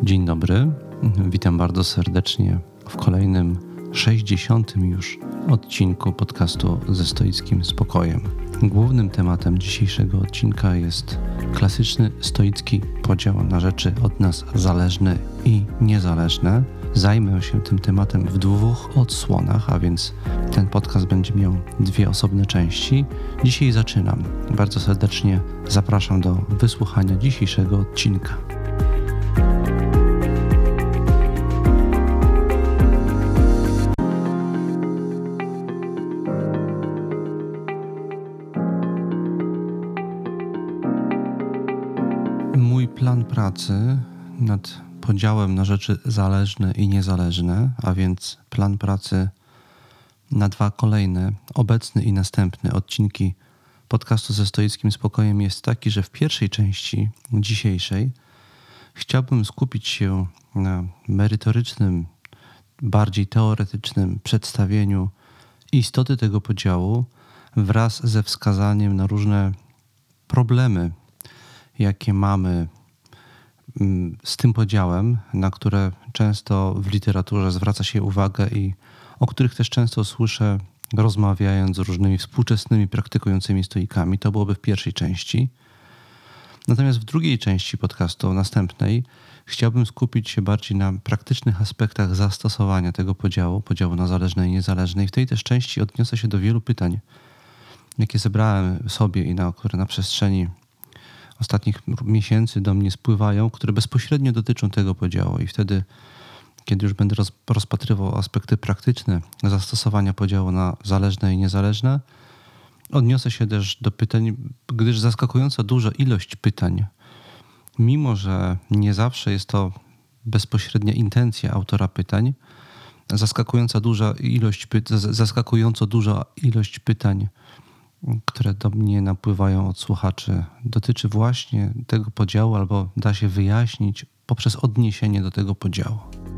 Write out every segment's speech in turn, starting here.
Dzień dobry, witam bardzo serdecznie w kolejnym 60. już odcinku podcastu ze stoickim spokojem. Głównym tematem dzisiejszego odcinka jest klasyczny stoicki podział na rzeczy od nas zależne i niezależne. Zajmę się tym tematem w 2 odsłonach, a więc ten podcast będzie miał 2 osobne części. Dzisiaj zaczynam. Bardzo serdecznie zapraszam do wysłuchania dzisiejszego odcinka. Mój plan pracy nad podziałem na rzeczy zależne i niezależne, a więc plan pracy na 2 kolejne, obecny i następny odcinki podcastu ze stoickim spokojem jest taki, że w pierwszej części dzisiejszej chciałbym skupić się na merytorycznym, bardziej teoretycznym przedstawieniu istoty tego podziału wraz ze wskazaniem na różne problemy, jakie mamy z tym podziałem, na które często w literaturze zwraca się uwagę i o których też często słyszę, rozmawiając z różnymi współczesnymi praktykującymi stoikami. To byłoby w pierwszej części. Natomiast w drugiej części podcastu, następnej, chciałbym skupić się bardziej na praktycznych aspektach zastosowania tego podziału na zależne i niezależne. I w tej też części odniosę się do wielu pytań, jakie zebrałem sobie i które na przestrzeni ostatnich miesięcy do mnie spływają, które bezpośrednio dotyczą tego podziału. I wtedy, kiedy już będę rozpatrywał aspekty praktyczne zastosowania podziału na zależne i niezależne, odniosę się też do pytań, gdyż zaskakująco duża ilość pytań, mimo że nie zawsze jest to bezpośrednia intencja autora pytań, zaskakująco duża ilość pytań, które do mnie napływają od słuchaczy, dotyczy właśnie tego podziału albo da się wyjaśnić poprzez odniesienie do tego podziału.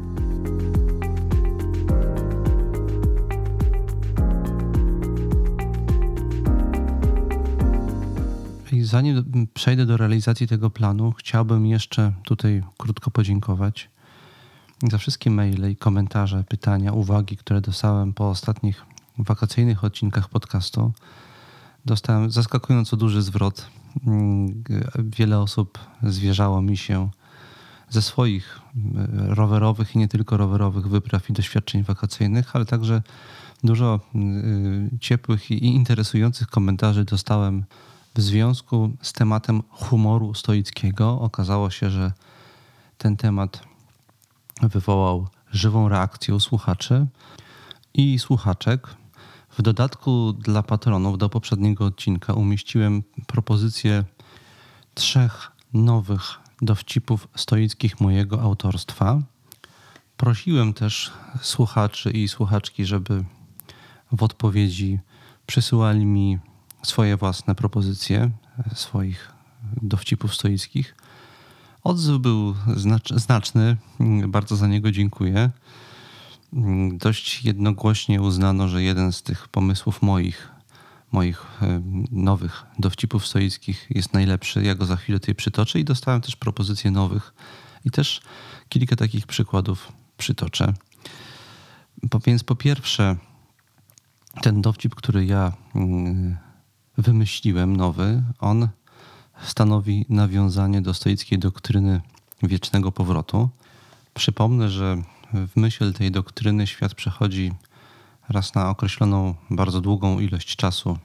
I zanim przejdę do realizacji tego planu, chciałbym jeszcze tutaj krótko podziękować za wszystkie maile i komentarze, pytania, uwagi, które dostałem po ostatnich wakacyjnych odcinkach podcastu. Dostałem zaskakująco duży zwrot. Wiele osób zwierzało mi się ze swoich rowerowych i nie tylko rowerowych wypraw i doświadczeń wakacyjnych, ale także dużo ciepłych i interesujących komentarzy dostałem w związku z tematem humoru stoickiego. Okazało się, że ten temat wywołał żywą reakcję u słuchaczy i słuchaczek. W dodatku dla patronów do poprzedniego odcinka umieściłem propozycję 3 nowych dowcipów stoickich mojego autorstwa. Prosiłem też słuchaczy i słuchaczki, żeby w odpowiedzi przysyłali mi swoje własne propozycje swoich dowcipów stoickich. Odzew był znaczny, bardzo za niego dziękuję. Dość jednogłośnie uznano, że jeden z tych pomysłów moich nowych dowcipów stoickich jest najlepszy. Ja go za chwilę tutaj przytoczę i dostałem też propozycje nowych i też kilka takich przykładów przytoczę. Więc po pierwsze, ten dowcip, który ja wymyśliłem, nowy, on stanowi nawiązanie do stoickiej doktryny wiecznego powrotu. Przypomnę, że w myśl tej doktryny świat przechodzi raz na określoną, bardzo długą ilość czasu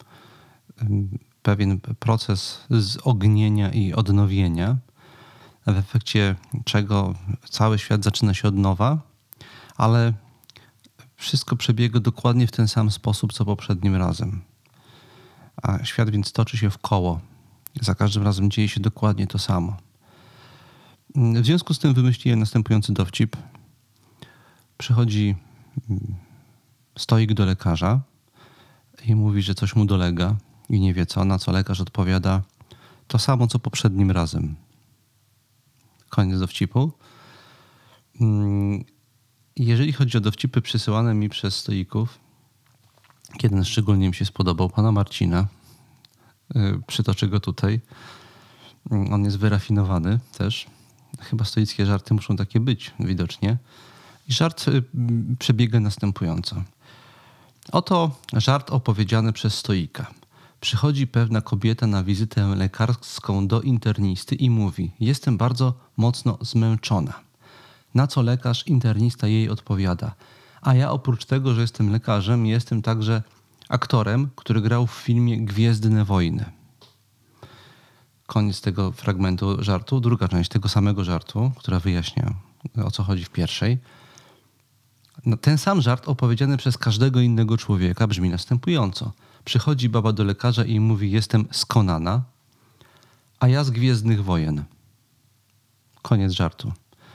pewien proces zognienia i odnowienia, w efekcie czego cały świat zaczyna się od nowa, ale wszystko przebiega dokładnie w ten sam sposób, co poprzednim razem. A świat więc toczy się w koło. Za każdym razem dzieje się dokładnie to samo. W związku z tym wymyśliłem następujący dowcip. Przychodzi stoik do lekarza i mówi, że coś mu dolega i nie wie co, na co lekarz odpowiada: to samo, co poprzednim razem. Koniec dowcipu. Jeżeli chodzi o dowcipy przysyłane mi przez stoików, jeden szczególnie mi się spodobał, pana Marcina. Przytoczę go tutaj. On jest wyrafinowany też. chyba stoickie żarty muszą takie być widocznie. I żart przebiega następująco. Oto żart opowiedziany przez stoika. Przychodzi pewna kobieta na wizytę lekarską do internisty i mówi: jestem bardzo mocno zmęczona. Na co lekarz internista jej odpowiada: a ja oprócz tego, że jestem lekarzem, jestem także aktorem, który grał w filmie Gwiezdne Wojny. Koniec tego fragmentu żartu. Druga część tego samego żartu, która wyjaśnia, o co chodzi w pierwszej. No, ten sam żart opowiedziany przez każdego innego człowieka brzmi następująco. Przychodzi baba do lekarza i mówi: jestem z Conana, a ja z Gwiezdnych Wojen. Koniec żartu.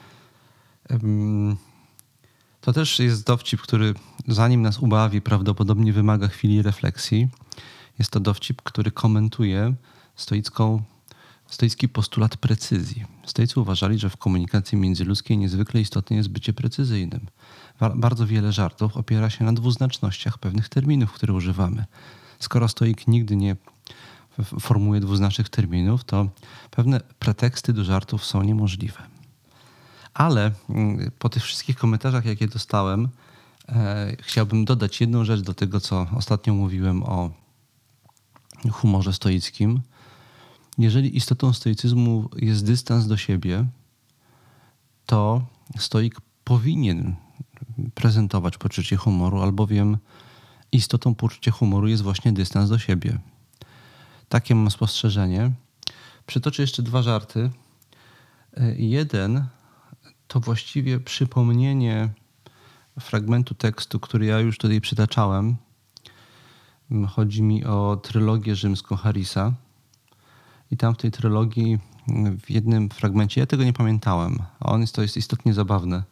To też jest dowcip, który zanim nas ubawi, prawdopodobnie wymaga chwili refleksji. Jest to dowcip, który komentuje stoicki postulat precyzji. Stoicy uważali, że w komunikacji międzyludzkiej niezwykle istotne jest bycie precyzyjnym. Bardzo wiele żartów opiera się na dwuznacznościach pewnych terminów, które używamy. Skoro stoik nigdy nie formułuje dwuznacznych terminów, to pewne preteksty do żartów są niemożliwe. Ale po tych wszystkich komentarzach, jakie dostałem, chciałbym dodać jedną rzecz do tego, co ostatnio mówiłem o humorze stoickim. Jeżeli istotą stoicyzmu jest dystans do siebie, to stoik powinien prezentować poczucie humoru, albowiem istotą poczucia humoru jest właśnie dystans do siebie. Takie mam spostrzeżenie. Przytoczę jeszcze dwa żarty. Jeden to właściwie przypomnienie fragmentu tekstu, który ja już tutaj przytaczałem. Chodzi mi o trylogię rzymską Harrisa. I tam w tej trylogii w jednym fragmencie, ja tego nie pamiętałem, a to jest istotnie zabawne,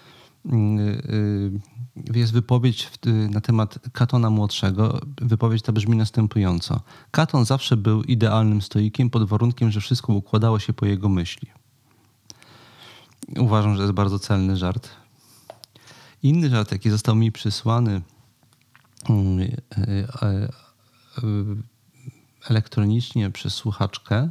jest wypowiedź na temat Katona Młodszego. Wypowiedź ta brzmi następująco. Katon zawsze był idealnym stoikiem pod warunkiem, że wszystko układało się po jego myśli. Uważam, że jest bardzo celny żart. Inny żart, jaki został mi przysłany elektronicznie przez słuchaczkę,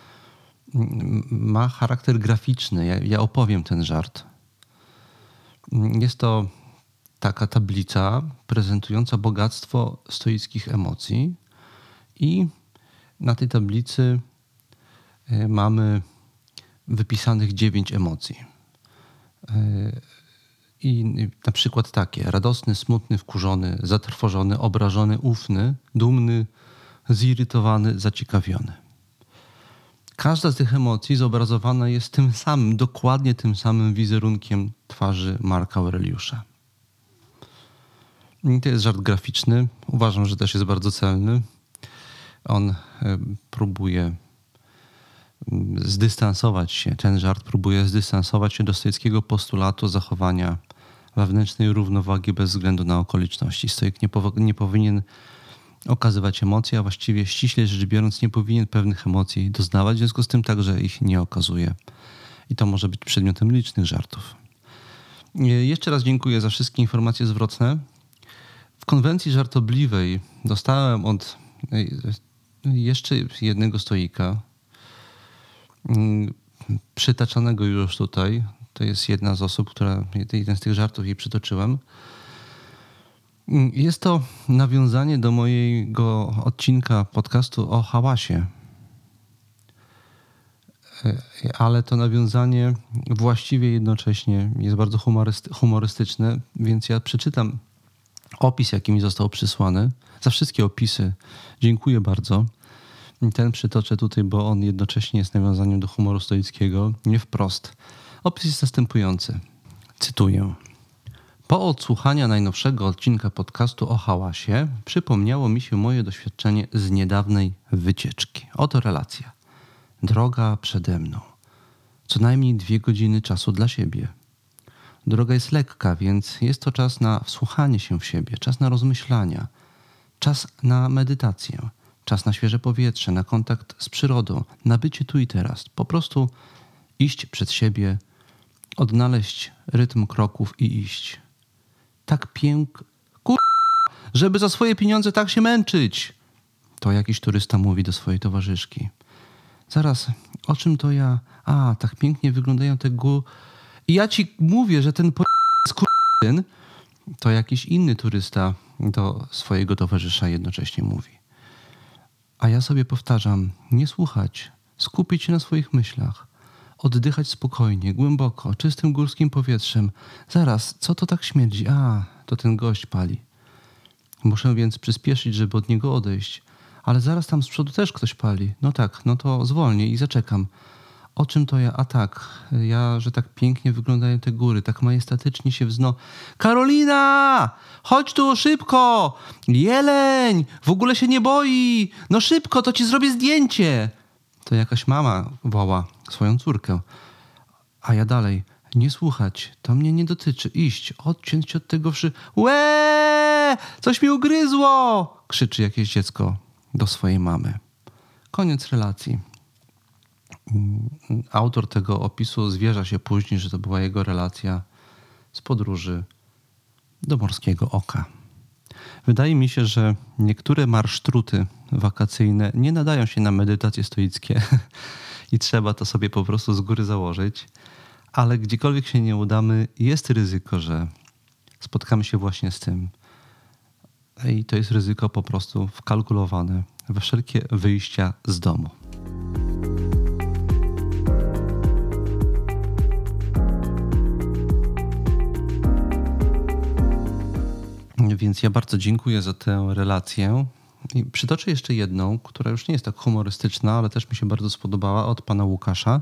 ma charakter graficzny. Ja opowiem ten żart. Jest to taka tablica prezentująca bogactwo stoickich emocji i na tej tablicy mamy wypisanych 9 emocji. I na przykład takie: radosny, smutny, wkurzony, zatrwożony, obrażony, ufny, dumny, zirytowany, zaciekawiony. Każda z tych emocji zobrazowana jest tym samym, dokładnie tym samym wizerunkiem twarzy Marka Aureliusza. To jest żart graficzny. Uważam, że też jest bardzo celny. On próbuje zdystansować się, ten żart próbuje zdystansować się do stoickiego postulatu zachowania wewnętrznej równowagi bez względu na okoliczności. Stoik nie powinien okazywać emocji, a właściwie ściśle rzecz biorąc nie powinien pewnych emocji doznawać, w związku z tym także ich nie okazuje. I to może być przedmiotem licznych żartów. Jeszcze raz dziękuję za wszystkie informacje zwrotne. W konwencji żartobliwej dostałem od jeszcze jednego stoika, przytaczanego już tutaj. To jest jedna z osób, jeden z tych żartów jej przytoczyłem. Jest to nawiązanie do mojego odcinka podcastu o hałasie. Ale to nawiązanie właściwie jednocześnie jest bardzo humorystyczne, więc ja przeczytam opis, jaki mi został przysłany. Za wszystkie opisy dziękuję bardzo. Ten przytoczę tutaj, bo on jednocześnie jest nawiązaniem do humoru stoickiego, nie wprost. Opis jest następujący. Cytuję. Po odsłuchaniu najnowszego odcinka podcastu o hałasie przypomniało mi się moje doświadczenie z niedawnej wycieczki. Oto relacja. Droga przede mną. Co najmniej 2 godziny czasu dla siebie. Droga jest lekka, więc jest to czas na wsłuchanie się w siebie, czas na rozmyślania, czas na medytację, czas na świeże powietrze, na kontakt z przyrodą, na bycie tu i teraz. Po prostu iść przed siebie, odnaleźć rytm kroków i iść. Tak żeby za swoje pieniądze tak się męczyć. To jakiś turysta mówi do swojej towarzyszki. Zaraz, O czym to ja? A, tak pięknie wyglądają te I ja ci mówię, że ten skurwysyn to jakiś inny turysta do swojego towarzysza jednocześnie mówi. A ja sobie powtarzam, nie słuchać, skupić się na swoich myślach, oddychać spokojnie, głęboko, czystym górskim powietrzem. Zaraz, co to tak śmierdzi? A, to ten gość pali. Muszę więc przyspieszyć, żeby od niego odejść. Ale zaraz tam z przodu też ktoś pali. No tak, no to zwolnię i zaczekam. O czym to ja? A tak, że tak pięknie wyglądają te góry, tak majestatycznie się Karolina! Chodź tu szybko! Jeleń! W ogóle się nie boi! No szybko, to ci zrobię zdjęcie! To jakaś mama woła swoją córkę. A ja dalej, nie słuchać, to mnie nie dotyczy, iść, odciąć się od tego Łe! Coś mi ugryzło! Krzyczy jakieś dziecko do swojej mamy. Koniec relacji. Autor tego opisu zwierza się później, że to była jego relacja z podróży do Morskiego Oka. Wydaje mi się, że niektóre marszruty wakacyjne nie nadają się na medytacje stoickie i trzeba to sobie po prostu z góry założyć, ale gdziekolwiek się nie udamy, jest ryzyko, że spotkamy się właśnie z tym. I to jest ryzyko po prostu wkalkulowane we wszelkie wyjścia z domu. Więc ja bardzo dziękuję za tę relację. I przytoczę jeszcze jedną, która już nie jest tak humorystyczna, ale też mi się bardzo spodobała, od pana Łukasza.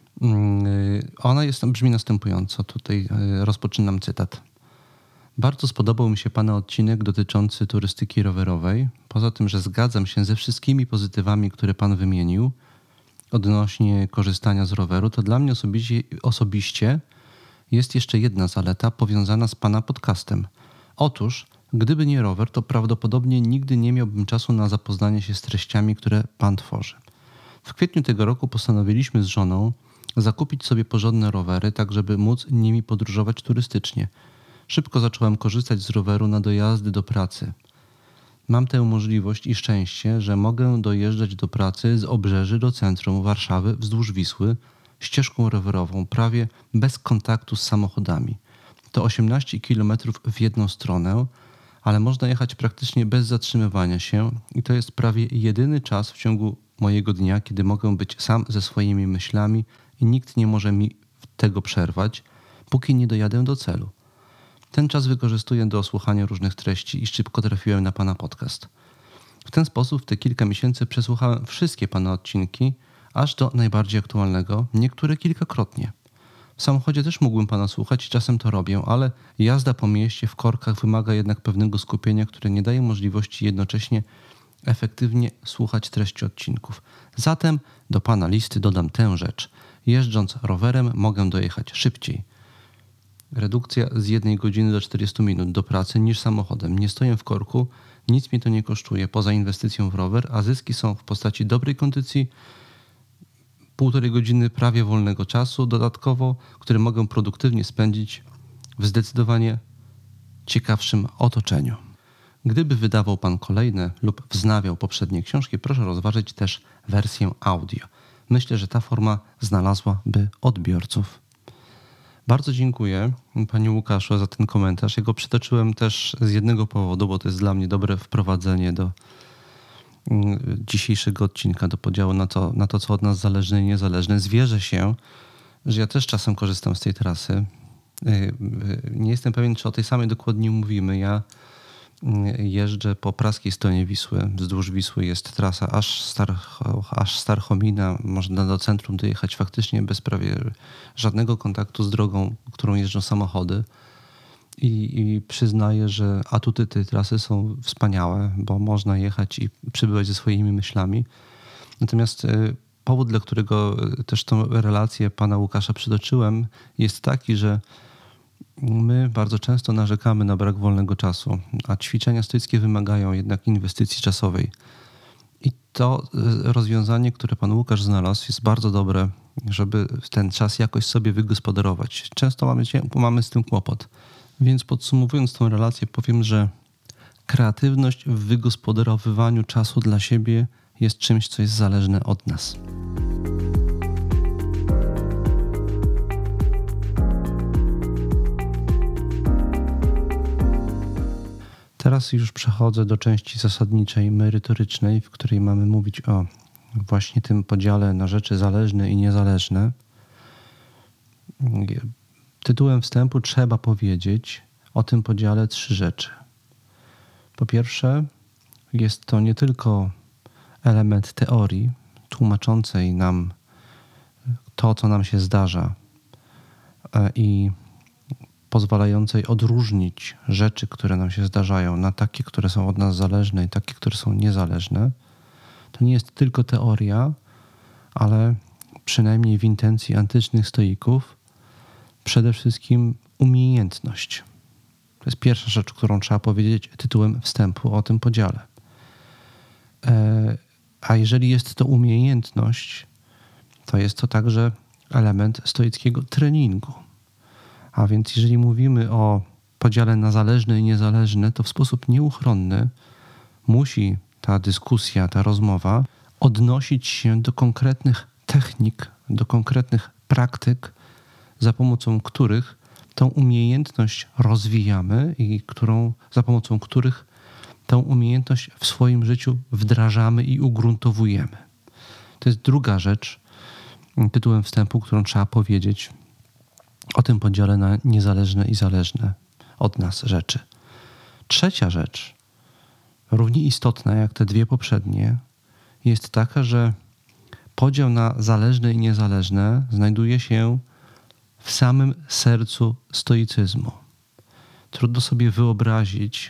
Ona brzmi następująco. Tutaj rozpoczynam cytat. Bardzo spodobał mi się pana odcinek dotyczący turystyki rowerowej. Poza tym, że zgadzam się ze wszystkimi pozytywami, które pan wymienił odnośnie korzystania z roweru, to dla mnie osobiście jest jeszcze jedna zaleta powiązana z pana podcastem. Otóż, gdyby nie rower, to prawdopodobnie nigdy nie miałbym czasu na zapoznanie się z treściami, które pan tworzy. W kwietniu tego roku postanowiliśmy z żoną zakupić sobie porządne rowery, tak żeby móc nimi podróżować turystycznie. Szybko zacząłem korzystać z roweru na dojazdy do pracy. Mam tę możliwość i szczęście, że mogę dojeżdżać do pracy z obrzeży do centrum Warszawy wzdłuż Wisły ścieżką rowerową, prawie bez kontaktu z samochodami. To 18 km w jedną stronę, ale można jechać praktycznie bez zatrzymywania się i to jest prawie jedyny czas w ciągu mojego dnia, kiedy mogę być sam ze swoimi myślami i nikt nie może mi tego przerwać, póki nie dojadę do celu. Ten czas wykorzystuję do słuchania różnych treści i szybko trafiłem na pana podcast. W ten sposób w te kilka miesięcy przesłuchałem wszystkie pana odcinki, aż do najbardziej aktualnego, niektóre kilkakrotnie. W samochodzie też mógłbym pana słuchać i czasem to robię, ale jazda po mieście w korkach wymaga jednak pewnego skupienia, które nie daje możliwości jednocześnie efektywnie słuchać treści odcinków. Zatem do pana listy dodam tę rzecz. Jeżdżąc rowerem mogę dojechać szybciej. Redukcja z 1 godziny do 40 minut do pracy niż samochodem. Nie stoję w korku, nic mi to nie kosztuje poza inwestycją w rower, a zyski są w postaci dobrej kondycji, 1,5 godziny prawie wolnego czasu dodatkowo, który mogę produktywnie spędzić w zdecydowanie ciekawszym otoczeniu. Gdyby wydawał pan kolejne lub wznawiał poprzednie książki, proszę rozważyć też wersję audio. Myślę, że ta forma znalazłaby odbiorców. Bardzo dziękuję panie Łukaszu za ten komentarz. Ja go przytoczyłem też z jednego powodu, bo to jest dla mnie dobre wprowadzenie do dzisiejszego odcinka, do podziału na to, co od nas zależne i niezależne. Zwierzę się, że ja też czasem korzystam z tej trasy. Nie jestem pewien, czy o tej samej dokładnie mówimy. Ja jeżdżę po praskiej stronie Wisły. Wzdłuż Wisły jest trasa aż Starchomina. Można do centrum dojechać faktycznie bez prawie żadnego kontaktu z drogą, którą jeżdżą samochody. I przyznaję, że atuty tej trasy są wspaniałe, bo można jechać i przybywać ze swoimi myślami. Natomiast powód, dla którego też tą relację pana Łukasza przytoczyłem, jest taki, że my bardzo często narzekamy na brak wolnego czasu, a ćwiczenia stoickie wymagają jednak inwestycji czasowej. I to rozwiązanie, które pan Łukasz znalazł, jest bardzo dobre, żeby ten czas jakoś sobie wygospodarować. Często mamy z tym kłopot. Więc podsumowując tą relację, powiem, że kreatywność w wygospodarowywaniu czasu dla siebie jest czymś, co jest zależne od nas. teraz już przechodzę do części zasadniczej, merytorycznej, w której mamy mówić o właśnie tym podziale na rzeczy zależne i niezależne. Tytułem wstępu trzeba powiedzieć o tym podziale 3 rzeczy. Po pierwsze, jest to nie tylko element teorii tłumaczącej nam to, co nam się zdarza i pozwalającej odróżnić rzeczy, które nam się zdarzają, na takie, które są od nas zależne i takie, które są niezależne. To nie jest tylko teoria, ale przynajmniej w intencji antycznych stoików przede wszystkim umiejętność. To jest pierwsza rzecz, którą trzeba powiedzieć tytułem wstępu o tym podziale. A jeżeli jest to umiejętność, to jest to także element stoickiego treningu. A więc jeżeli mówimy o podziale na zależne i niezależne, to w sposób nieuchronny musi ta dyskusja, ta rozmowa odnosić się do konkretnych technik, do konkretnych praktyk, za pomocą których tą umiejętność rozwijamy i za pomocą których tą umiejętność w swoim życiu wdrażamy i ugruntowujemy. To jest druga rzecz, tytułem wstępu, którą trzeba powiedzieć o tym podziale na niezależne i zależne od nas rzeczy. Trzecia rzecz, równie istotna jak te dwie poprzednie, jest taka, że podział na zależne i niezależne znajduje się w samym sercu stoicyzmu. Trudno sobie wyobrazić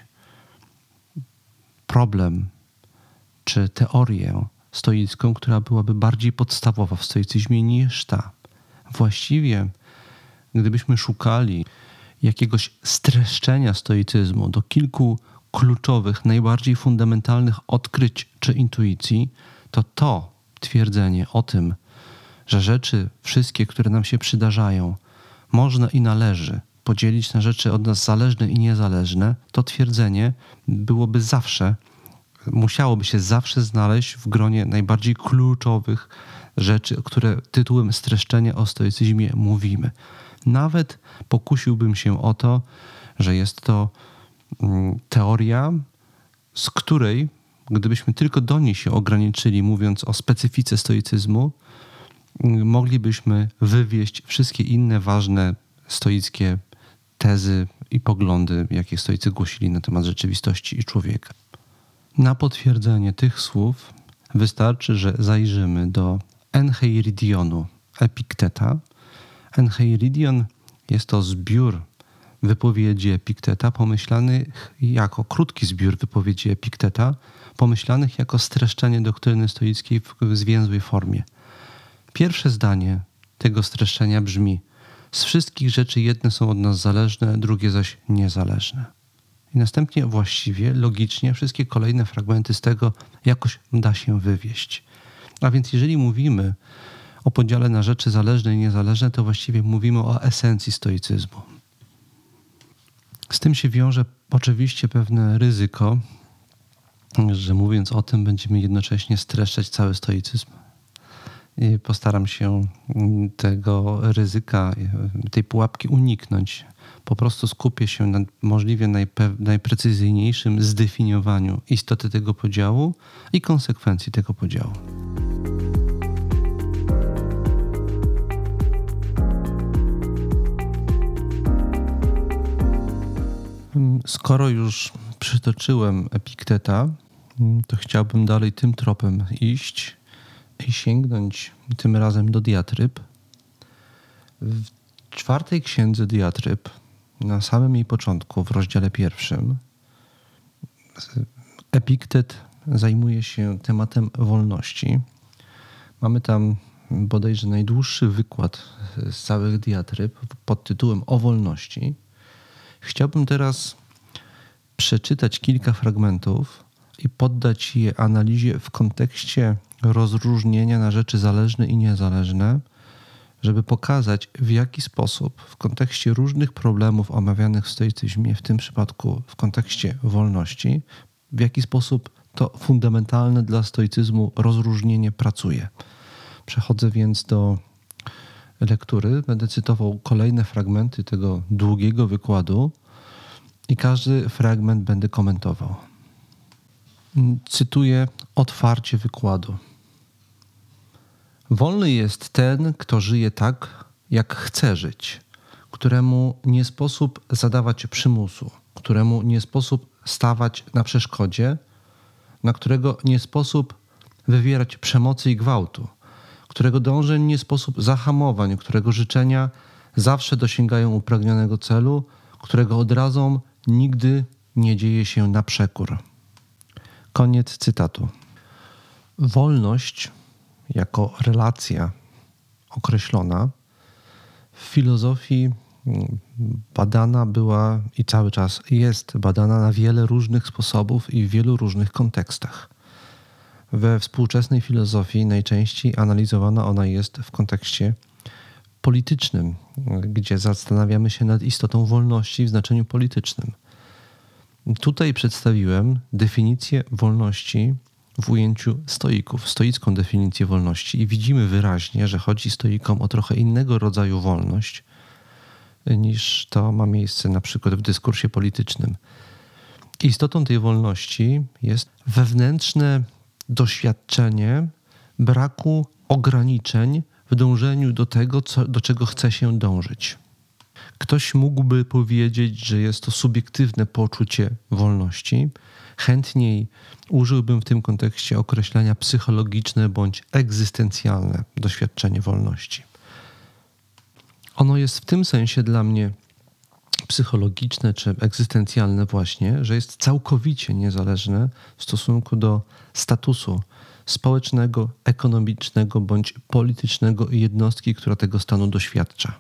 problem czy teorię stoicką, która byłaby bardziej podstawowa w stoicyzmie niż ta. Właściwie, gdybyśmy szukali jakiegoś streszczenia stoicyzmu do kilku kluczowych, najbardziej fundamentalnych odkryć czy intuicji, to twierdzenie o tym, że rzeczy wszystkie, które nam się przydarzają, można i należy podzielić na rzeczy od nas zależne i niezależne, to twierdzenie musiałoby się zawsze znaleźć w gronie najbardziej kluczowych rzeczy, które tytułem streszczenia o stoicyzmie mówimy. Nawet pokusiłbym się o to, że jest to teoria, z której, gdybyśmy tylko do niej się ograniczyli, mówiąc o specyfice stoicyzmu, moglibyśmy wywieźć wszystkie inne ważne stoickie tezy i poglądy, jakie stoicy głosili na temat rzeczywistości i człowieka. Na potwierdzenie tych słów wystarczy, że zajrzymy do Encheiridionu Epikteta. Encheiridion jest to zbiór wypowiedzi Epikteta pomyślanych jako krótki zbiór wypowiedzi Epikteta pomyślanych jako streszczenie doktryny stoickiej w zwięzłej formie. Pierwsze zdanie tego streszczenia brzmi: z wszystkich rzeczy jedne są od nas zależne, drugie zaś niezależne. I następnie właściwie, logicznie wszystkie kolejne fragmenty z tego jakoś da się wywieźć. A więc jeżeli mówimy o podziale na rzeczy zależne i niezależne, to właściwie mówimy o esencji stoicyzmu. Z tym się wiąże oczywiście pewne ryzyko, że mówiąc o tym będziemy jednocześnie streszczać cały stoicyzm. I postaram się tego ryzyka, tej pułapki uniknąć. Po prostu skupię się na możliwie najprecyzyjniejszym zdefiniowaniu istoty tego podziału i konsekwencji tego podziału. Skoro już przytoczyłem Epikteta, to chciałbym dalej tym tropem iść i sięgnąć tym razem do diatryb. W 4 księdze diatryb, na samym jej początku, w rozdziale 1, Epiktet zajmuje się tematem wolności. Mamy tam bodajże najdłuższy wykład z całych diatryb pod tytułem o wolności. Chciałbym teraz przeczytać kilka fragmentów i poddać je analizie w kontekście rozróżnienia na rzeczy zależne i niezależne, żeby pokazać, w jaki sposób w kontekście różnych problemów omawianych w stoicyzmie, w tym przypadku w kontekście wolności, w jaki sposób to fundamentalne dla stoicyzmu rozróżnienie pracuje. Przechodzę więc do lektury. Będę cytował kolejne fragmenty tego długiego wykładu i każdy fragment będę komentował. Cytuję otwarcie wykładu. Wolny jest ten, kto żyje tak, jak chce żyć, któremu nie sposób zadawać przymusu, któremu nie sposób stawać na przeszkodzie, na którego nie sposób wywierać przemocy i gwałtu, którego dążeń nie sposób zahamować, którego życzenia zawsze dosięgają upragnionego celu, którego odrazą nigdy nie dzieje się na przekór. Koniec cytatu. Wolność jako relacja określona w filozofii badana była i cały czas jest badana na wiele różnych sposobów i w wielu różnych kontekstach. We współczesnej filozofii najczęściej analizowana ona jest w kontekście politycznym, gdzie zastanawiamy się nad istotą wolności w znaczeniu politycznym. Tutaj przedstawiłem definicję wolności w ujęciu stoików, stoicką definicję wolności i widzimy wyraźnie, że chodzi stoikom o trochę innego rodzaju wolność niż to ma miejsce na przykład w dyskursie politycznym. Istotą tej wolności jest wewnętrzne doświadczenie braku ograniczeń w dążeniu do tego, do czego chce się dążyć. Ktoś mógłby powiedzieć, że jest to subiektywne poczucie wolności. Chętniej użyłbym w tym kontekście określenia psychologiczne bądź egzystencjalne doświadczenie wolności. Ono jest w tym sensie dla mnie psychologiczne czy egzystencjalne właśnie, że jest całkowicie niezależne w stosunku do statusu społecznego, ekonomicznego bądź politycznego jednostki, która tego stanu doświadcza.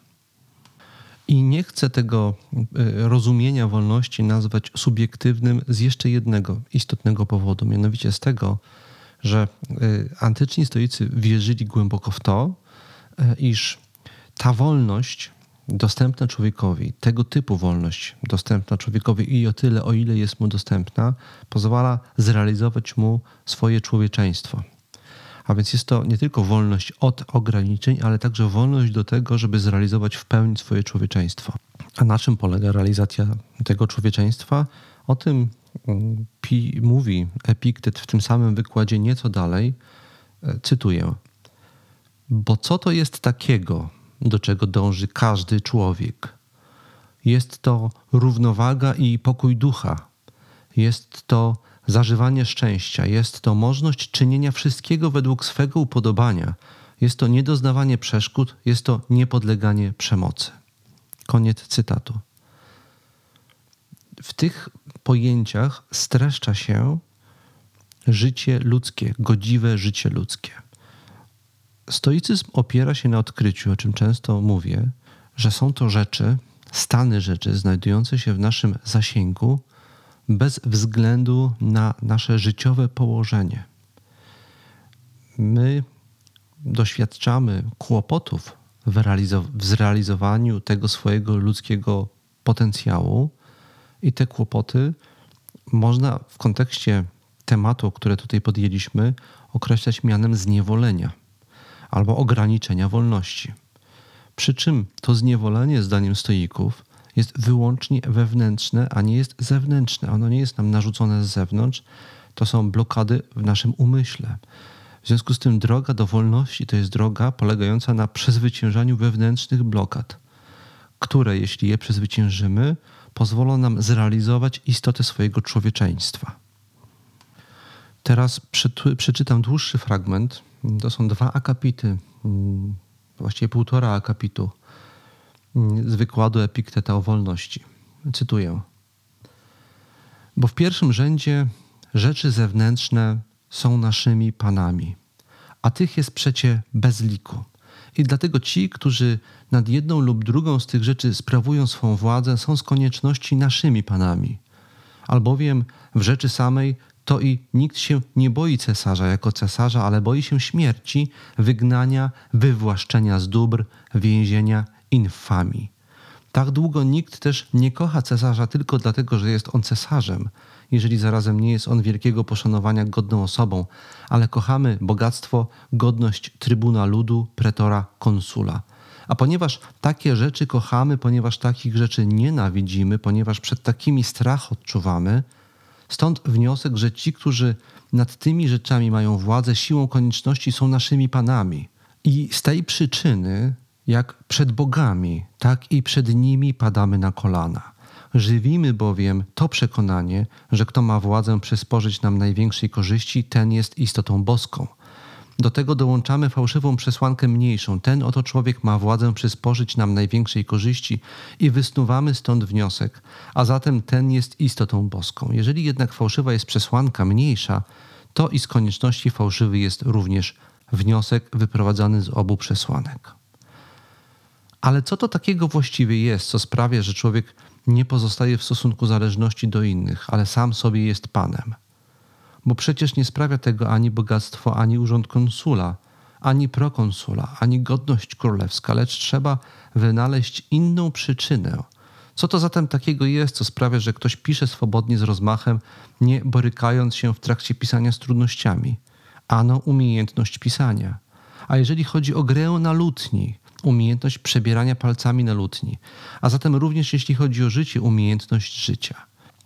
I nie chcę tego rozumienia wolności nazwać subiektywnym z jeszcze jednego istotnego powodu, mianowicie z tego, że antyczni stoicy wierzyli głęboko w to, iż ta wolność dostępna człowiekowi, tego typu wolność dostępna człowiekowi i o tyle, o ile jest mu dostępna, pozwala zrealizować mu swoje człowieczeństwo. A więc jest to nie tylko wolność od ograniczeń, ale także wolność do tego, żeby zrealizować w pełni swoje człowieczeństwo. A na czym polega realizacja tego człowieczeństwa? O tym mówi Epiktet w tym samym wykładzie nieco dalej. Cytuję. Bo co to jest takiego, do czego dąży każdy człowiek? Jest to równowaga i pokój ducha. Jest to zażywanie szczęścia. Jest to możliwość czynienia wszystkiego według swego upodobania. Jest to niedoznawanie przeszkód. Jest to niepodleganie przemocy. Koniec cytatu. W tych pojęciach streszcza się życie ludzkie, godziwe życie ludzkie. Stoicyzm opiera się na odkryciu, o czym często mówię, że są to rzeczy, stany rzeczy znajdujące się w naszym zasięgu bez względu na nasze życiowe położenie. My doświadczamy kłopotów w zrealizowaniu tego swojego ludzkiego potencjału i te kłopoty można w kontekście tematu, który tutaj podjęliśmy, określać mianem zniewolenia albo ograniczenia wolności. Przy czym to zniewolenie, zdaniem stoików, jest wyłącznie wewnętrzne, a nie jest zewnętrzne. Ono nie jest nam narzucone z zewnątrz. To są blokady w naszym umyśle. W związku z tym droga do wolności to jest droga polegająca na przezwyciężaniu wewnętrznych blokad, które, jeśli je przezwyciężymy, pozwolą nam zrealizować istotę swojego człowieczeństwa. Teraz przeczytam dłuższy fragment. To są 2 akapity, właściwie 1,5 akapitu z wykładu Epikteta o wolności. Cytuję. Bo w pierwszym rzędzie rzeczy zewnętrzne są naszymi panami, a tych jest przecie bez liku. I dlatego ci, którzy nad jedną lub drugą z tych rzeczy sprawują swą władzę, są z konieczności naszymi panami. Albowiem w rzeczy samej to i nikt się nie boi cesarza jako cesarza, ale boi się śmierci, wygnania, wywłaszczenia z dóbr, więzienia, infamii. Tak długo nikt też nie kocha cesarza tylko dlatego, że jest on cesarzem, jeżeli zarazem nie jest on wielkiego poszanowania godną osobą, ale kochamy bogactwo, godność trybuna ludu, pretora, konsula. A ponieważ takie rzeczy kochamy, ponieważ takich rzeczy nienawidzimy, ponieważ przed takimi strach odczuwamy, stąd wniosek, że ci, którzy nad tymi rzeczami mają władzę, siłą konieczności są naszymi panami. I z tej przyczyny, jak przed bogami, tak i przed nimi padamy na kolana. Żywimy bowiem to przekonanie, że kto ma władzę przysporzyć nam największej korzyści, ten jest istotą boską. Do tego dołączamy fałszywą przesłankę mniejszą. Ten oto człowiek ma władzę przysporzyć nam największej korzyści i wysnuwamy stąd wniosek, a zatem ten jest istotą boską. Jeżeli jednak fałszywa jest przesłanka mniejsza, to i z konieczności fałszywy jest również wniosek wyprowadzany z obu przesłanek. Ale co to takiego właściwie jest, co sprawia, że człowiek nie pozostaje w stosunku zależności do innych, ale sam sobie jest panem? Bo przecież nie sprawia tego ani bogactwo, ani urząd konsula, ani prokonsula, ani godność królewska, lecz trzeba wynaleźć inną przyczynę. Co to zatem takiego jest, co sprawia, że ktoś pisze swobodnie z rozmachem, nie borykając się w trakcie pisania z trudnościami? Ano umiejętność pisania. A jeżeli chodzi o grę na lutni, umiejętność przebierania palcami na lutni, a zatem również jeśli chodzi o życie, umiejętność życia.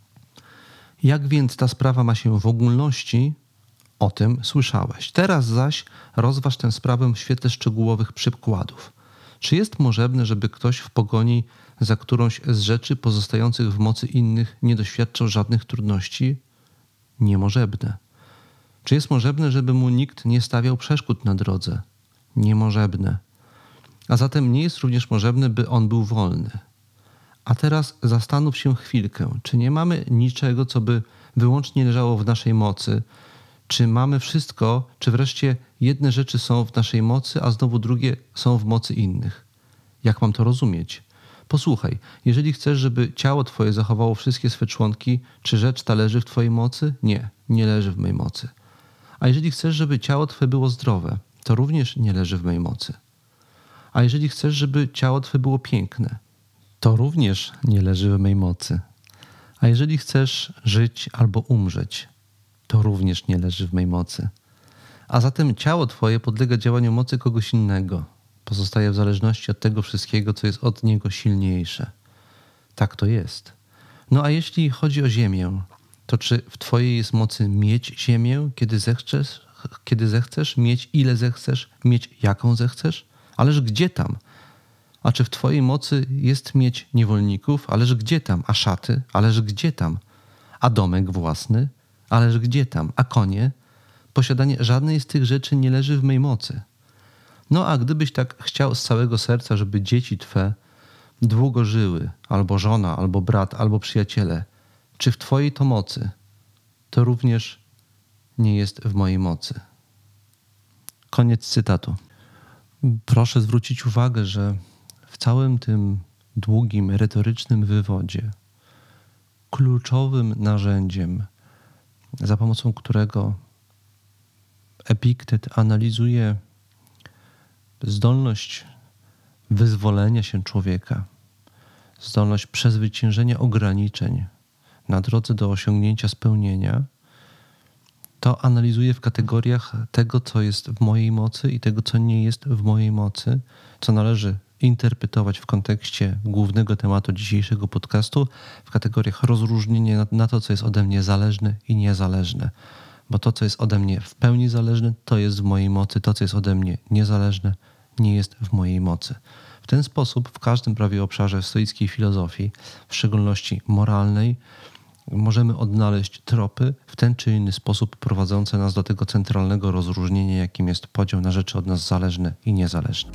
Jak więc ta sprawa ma się w ogólności? O tym słyszałeś. Teraz zaś rozważ tę sprawę w świetle szczegółowych przykładów. Czy jest możebne, żeby ktoś w pogoni za którąś z rzeczy pozostających w mocy innych nie doświadczał żadnych trudności? Niemożebne. Czy jest możebne, żeby mu nikt nie stawiał przeszkód na drodze? Niemożebne. A zatem nie jest również możebne, by on był wolny. A teraz zastanów się chwilkę, czy nie mamy niczego, co by wyłącznie leżało w naszej mocy, czy mamy wszystko, czy wreszcie jedne rzeczy są w naszej mocy, a znowu drugie są w mocy innych. Jak mam to rozumieć? Posłuchaj, jeżeli chcesz, żeby ciało twoje zachowało wszystkie swe członki, czy rzecz ta leży w twojej mocy? Nie, nie leży w mej mocy. A jeżeli chcesz, żeby ciało twoje było zdrowe, to również nie leży w mej mocy. A jeżeli chcesz, żeby ciało twoje było piękne, to również nie leży w mej mocy. A jeżeli chcesz żyć albo umrzeć, to również nie leży w mej mocy. A zatem ciało twoje podlega działaniu mocy kogoś innego. Pozostaje w zależności od tego wszystkiego, co jest od niego silniejsze. Tak to jest. No a jeśli chodzi o ziemię, to czy w twojej jest mocy mieć ziemię, kiedy zechcesz, mieć ile zechcesz, mieć jaką zechcesz? Ależ gdzie tam? A czy w twojej mocy jest mieć niewolników? Ależ gdzie tam? A szaty? Ależ gdzie tam? A domek własny? Ależ gdzie tam? A konie? Posiadanie żadnej z tych rzeczy nie leży w mej mocy. No a gdybyś tak chciał z całego serca, żeby dzieci twe długo żyły, albo żona, albo brat, albo przyjaciele, czy w twojej to mocy? To również nie jest w mojej mocy. Koniec cytatu. Proszę zwrócić uwagę, że w całym tym długim, retorycznym wywodzie kluczowym narzędziem, za pomocą którego Epiktet analizuje zdolność wyzwolenia się człowieka, zdolność przezwyciężenia ograniczeń na drodze do osiągnięcia spełnienia, to analizuje w kategoriach tego, co jest w mojej mocy i tego, co nie jest w mojej mocy, co należy interpretować w kontekście głównego tematu dzisiejszego podcastu, w kategoriach rozróżnienia na to, co jest ode mnie zależne i niezależne. Bo to, co jest ode mnie w pełni zależne, to jest w mojej mocy, to, co jest ode mnie niezależne, nie jest w mojej mocy. W ten sposób w każdym prawie obszarze stoickiej filozofii, w szczególności moralnej, możemy odnaleźć tropy w ten czy inny sposób prowadzące nas do tego centralnego rozróżnienia, jakim jest podział na rzeczy od nas zależne i niezależne.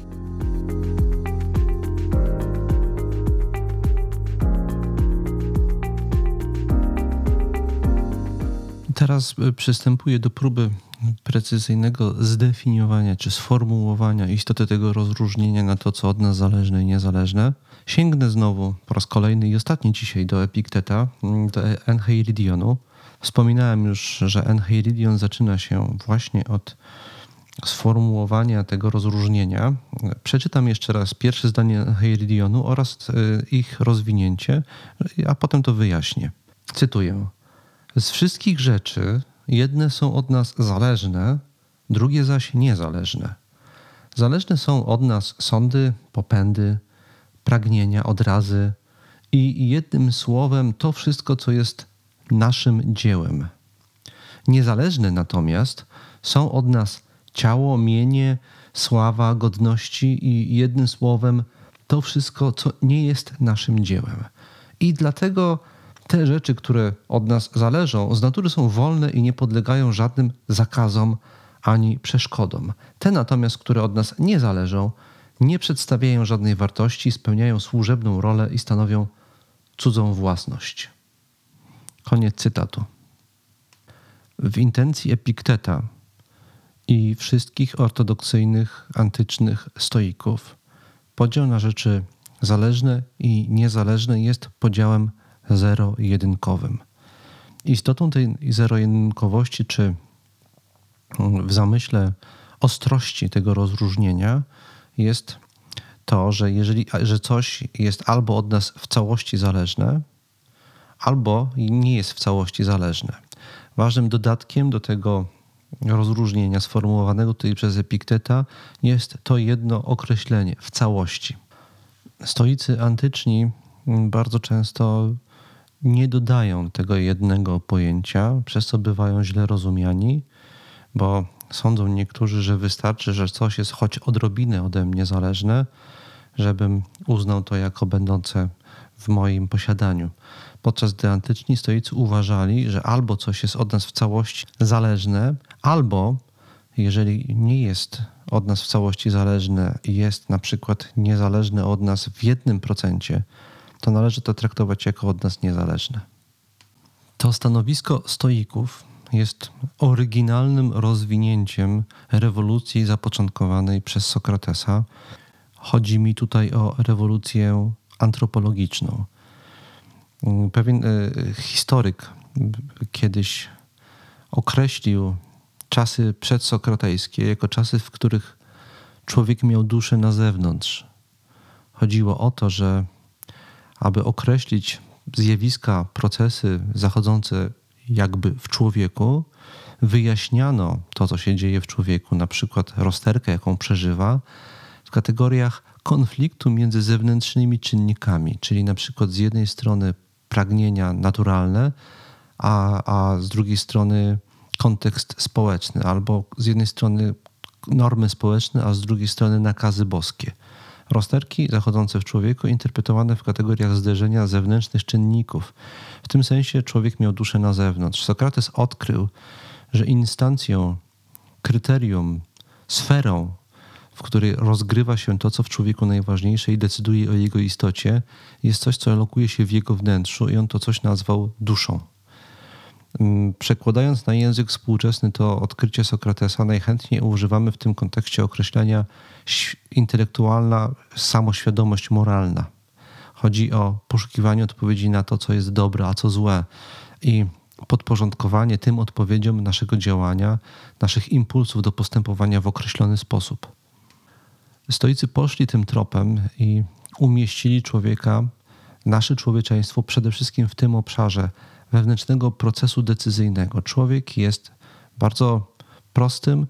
Teraz przystępuję do próby precyzyjnego zdefiniowania czy sformułowania istoty tego rozróżnienia na to, co od nas zależne i niezależne. Sięgnę znowu po raz kolejny i ostatni dzisiaj do Epikteta, do Encheiridionu. Wspominałem już, że Encheiridion zaczyna się właśnie od sformułowania tego rozróżnienia. Przeczytam jeszcze raz pierwsze zdanie Encheiridionu oraz ich rozwinięcie, a potem to wyjaśnię. Cytuję. Z wszystkich rzeczy jedne są od nas zależne, drugie zaś niezależne. Zależne są od nas sądy, popędy, pragnienia, odrazy i jednym słowem to wszystko, co jest naszym dziełem. Niezależne natomiast są od nas ciało, mienie, sława, godności i jednym słowem to wszystko, co nie jest naszym dziełem. I dlatego te rzeczy, które od nas zależą, z natury są wolne i nie podlegają żadnym zakazom ani przeszkodom. Te natomiast, które od nas nie zależą, nie przedstawiają żadnej wartości, spełniają służebną rolę i stanowią cudzą własność. Koniec cytatu. W intencji Epikteta i wszystkich ortodoksyjnych, antycznych stoików podział na rzeczy zależne i niezależne jest podziałem zero-jedynkowym. Istotą tej zero-jedynkowości, czy w zamyśle ostrości tego rozróżnienia jest to, że coś jest albo od nas w całości zależne, albo nie jest w całości zależne. Ważnym dodatkiem do tego rozróżnienia sformułowanego tutaj przez Epikteta jest to jedno określenie w całości. Stoicy antyczni bardzo często nie dodają tego jednego pojęcia, przez co bywają źle rozumiani, bo sądzą niektórzy, że wystarczy, że coś jest choć odrobinę ode mnie zależne, żebym uznał to jako będące w moim posiadaniu. Podczas gdy antyczni stoicy uważali, że albo coś jest od nas w całości zależne, albo jeżeli nie jest od nas w całości zależne i jest na przykład niezależne od nas w 1%, to należy to traktować jako od nas niezależne. To stanowisko stoików jest oryginalnym rozwinięciem rewolucji zapoczątkowanej przez Sokratesa. Chodzi mi tutaj o rewolucję antropologiczną. Pewien historyk kiedyś określił czasy przedsokratejskie jako czasy, w których człowiek miał duszę na zewnątrz. Chodziło o to, że aby określić zjawiska, procesy zachodzące jakby w człowieku, wyjaśniano to, co się dzieje w człowieku, na przykład rozterkę, jaką przeżywa, w kategoriach konfliktu między zewnętrznymi czynnikami, czyli na przykład z jednej strony pragnienia naturalne, a z drugiej strony kontekst społeczny, albo z jednej strony normy społeczne, a z drugiej strony nakazy boskie. Rozterki zachodzące w człowieku interpretowane w kategoriach zderzenia zewnętrznych czynników. W tym sensie człowiek miał duszę na zewnątrz. Sokrates odkrył, że instancją, kryterium, sferą, w której rozgrywa się to, co w człowieku najważniejsze i decyduje o jego istocie, jest coś, co lokuje się w jego wnętrzu i on to coś nazwał duszą. Przekładając na język współczesny to odkrycie Sokratesa, najchętniej używamy w tym kontekście określenia intelektualna samoświadomość moralna. Chodzi o poszukiwanie odpowiedzi na to, co jest dobre, a co złe i podporządkowanie tym odpowiedziom naszego działania, naszych impulsów do postępowania w określony sposób. Stoicy poszli tym tropem i umieścili człowieka, nasze człowieczeństwo przede wszystkim w tym obszarze wewnętrznego procesu decyzyjnego. Człowiek jest bardzo prostym,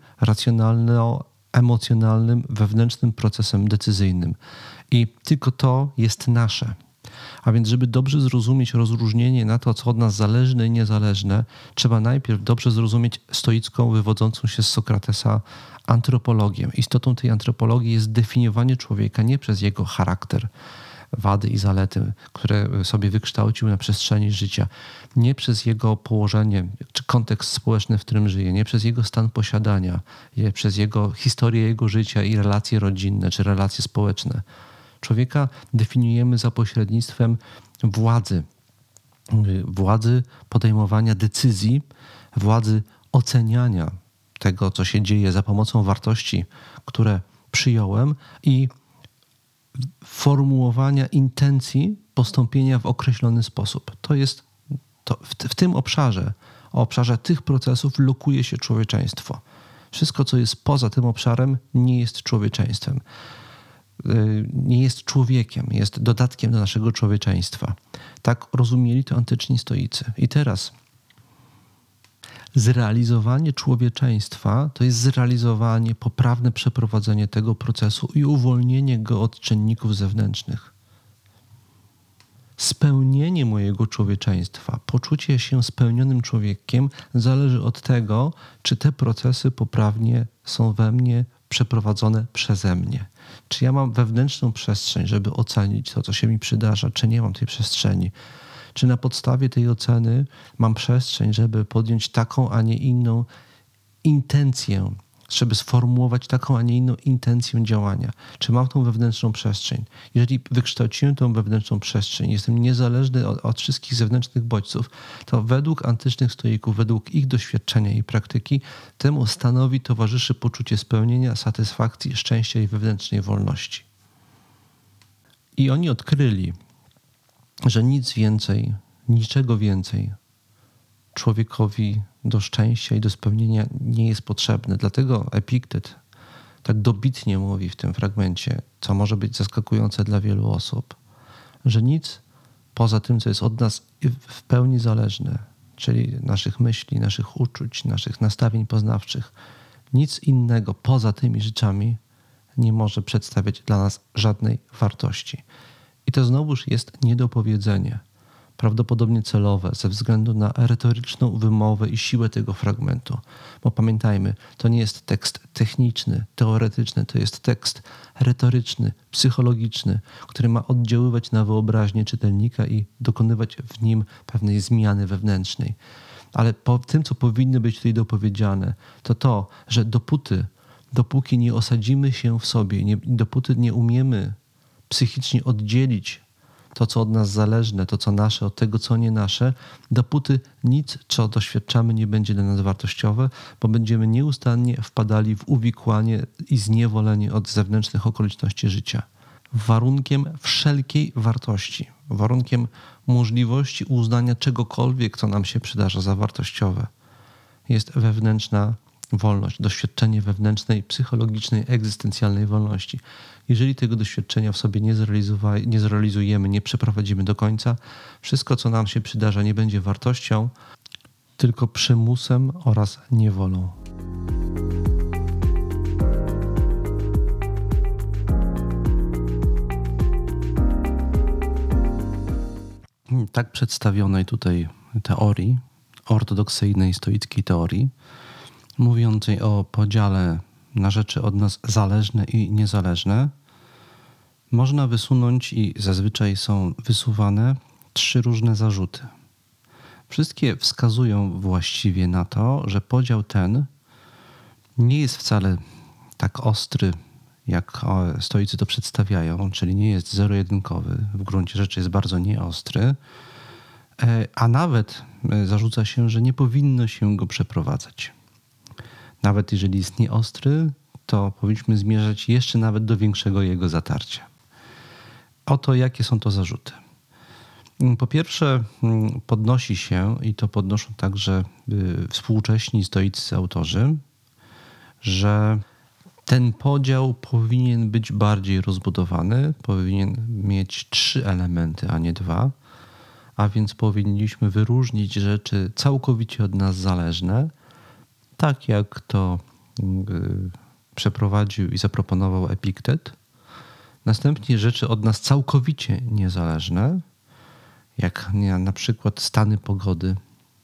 racjonalno-emocjonalnym, wewnętrznym procesem decyzyjnym. I tylko to jest nasze. A więc, żeby dobrze zrozumieć rozróżnienie na to, co od nas zależne i niezależne, trzeba najpierw dobrze zrozumieć stoicką, wywodzącą się z Sokratesa antropologię. Istotą tej antropologii jest definiowanie człowieka nie przez jego charakter, wady i zalety, które sobie wykształcił na przestrzeni życia, nie przez jego położenie czy kontekst społeczny, w którym żyje, nie przez jego stan posiadania, nie przez jego historię jego życia i relacje rodzinne czy relacje społeczne. Człowieka definiujemy za pośrednictwem władzy podejmowania decyzji, władzy oceniania tego, co się dzieje za pomocą wartości, które przyjąłem i formułowania intencji postąpienia w określony sposób. W tym obszarze tych procesów lokuje się człowieczeństwo. Wszystko, co jest poza tym obszarem, nie jest człowieczeństwem. Nie jest człowiekiem, jest dodatkiem do naszego człowieczeństwa. Tak rozumieli to antyczni stoicy. I teraz Zrealizowanie człowieczeństwa to jest zrealizowanie, poprawne przeprowadzenie tego procesu i uwolnienie go od czynników zewnętrznych. Spełnienie mojego człowieczeństwa, poczucie się spełnionym człowiekiem zależy od tego, czy te procesy poprawnie są we mnie przeprowadzone przeze mnie. Czy ja mam wewnętrzną przestrzeń, żeby ocenić to, co się mi przydarza, czy nie mam tej przestrzeni. Czy na podstawie tej oceny mam przestrzeń, żeby podjąć taką, a nie inną intencję, żeby sformułować taką, a nie inną intencję działania. Czy mam tą wewnętrzną przestrzeń? Jeżeli wykształciłem tą wewnętrzną przestrzeń, jestem niezależny od wszystkich zewnętrznych bodźców, to według antycznych stoików, według ich doświadczenia i praktyki, temu stanowi towarzyszy poczucie spełnienia, satysfakcji, szczęścia i wewnętrznej wolności. I oni odkryli, że nic więcej, niczego więcej człowiekowi do szczęścia i do spełnienia nie jest potrzebne. Dlatego Epiktet tak dobitnie mówi w tym fragmencie, co może być zaskakujące dla wielu osób, że nic poza tym, co jest od nas w pełni zależne, czyli naszych myśli, naszych uczuć, naszych nastawień poznawczych, nic innego poza tymi rzeczami nie może przedstawiać dla nas żadnej wartości. I to znowuż jest niedopowiedzenie, prawdopodobnie celowe, ze względu na retoryczną wymowę i siłę tego fragmentu. Bo pamiętajmy, to nie jest tekst techniczny, teoretyczny, to jest tekst retoryczny, psychologiczny, który ma oddziaływać na wyobraźnię czytelnika i dokonywać w nim pewnej zmiany wewnętrznej. Ale po tym, co powinno być tutaj dopowiedziane, to, że dopóki nie osadzimy się w sobie, dopóty nie umiemy psychicznie oddzielić to, co od nas zależne, to, co nasze, od tego, co nie nasze, dopóty nic, co doświadczamy, nie będzie dla nas wartościowe, bo będziemy nieustannie wpadali w uwikłanie i zniewolenie od zewnętrznych okoliczności życia. Warunkiem wszelkiej wartości, warunkiem możliwości uznania czegokolwiek, co nam się przydarza za wartościowe, jest wewnętrzna wolność, doświadczenie wewnętrznej, psychologicznej, egzystencjalnej wolności. Jeżeli tego doświadczenia w sobie nie zrealizujemy, nie przeprowadzimy do końca, wszystko, co nam się przydarza, nie będzie wartością, tylko przymusem oraz niewolą. Tak przedstawionej tutaj teorii, ortodoksyjnej, stoickiej teorii, mówiącej o podziale na rzeczy od nas zależne i niezależne, można wysunąć i zazwyczaj są wysuwane 3 różne zarzuty. Wszystkie wskazują właściwie na to, że podział ten nie jest wcale tak ostry, jak stoicy to przedstawiają, czyli nie jest zero-jedynkowy, w gruncie rzeczy jest bardzo nieostry, a nawet zarzuca się, że nie powinno się go przeprowadzać. Nawet jeżeli jest nieostry, to powinniśmy zmierzać jeszcze nawet do większego jego zatarcia. Oto jakie są to zarzuty. Po pierwsze podnosi się, i to podnoszą także współcześni stoiccy autorzy, że ten podział powinien być bardziej rozbudowany, powinien mieć 3 elementy, a nie 2, a więc powinniśmy wyróżnić rzeczy całkowicie od nas zależne, tak jak to przeprowadził i zaproponował Epiktet. Następnie rzeczy od nas całkowicie niezależne, jak na przykład stany pogody,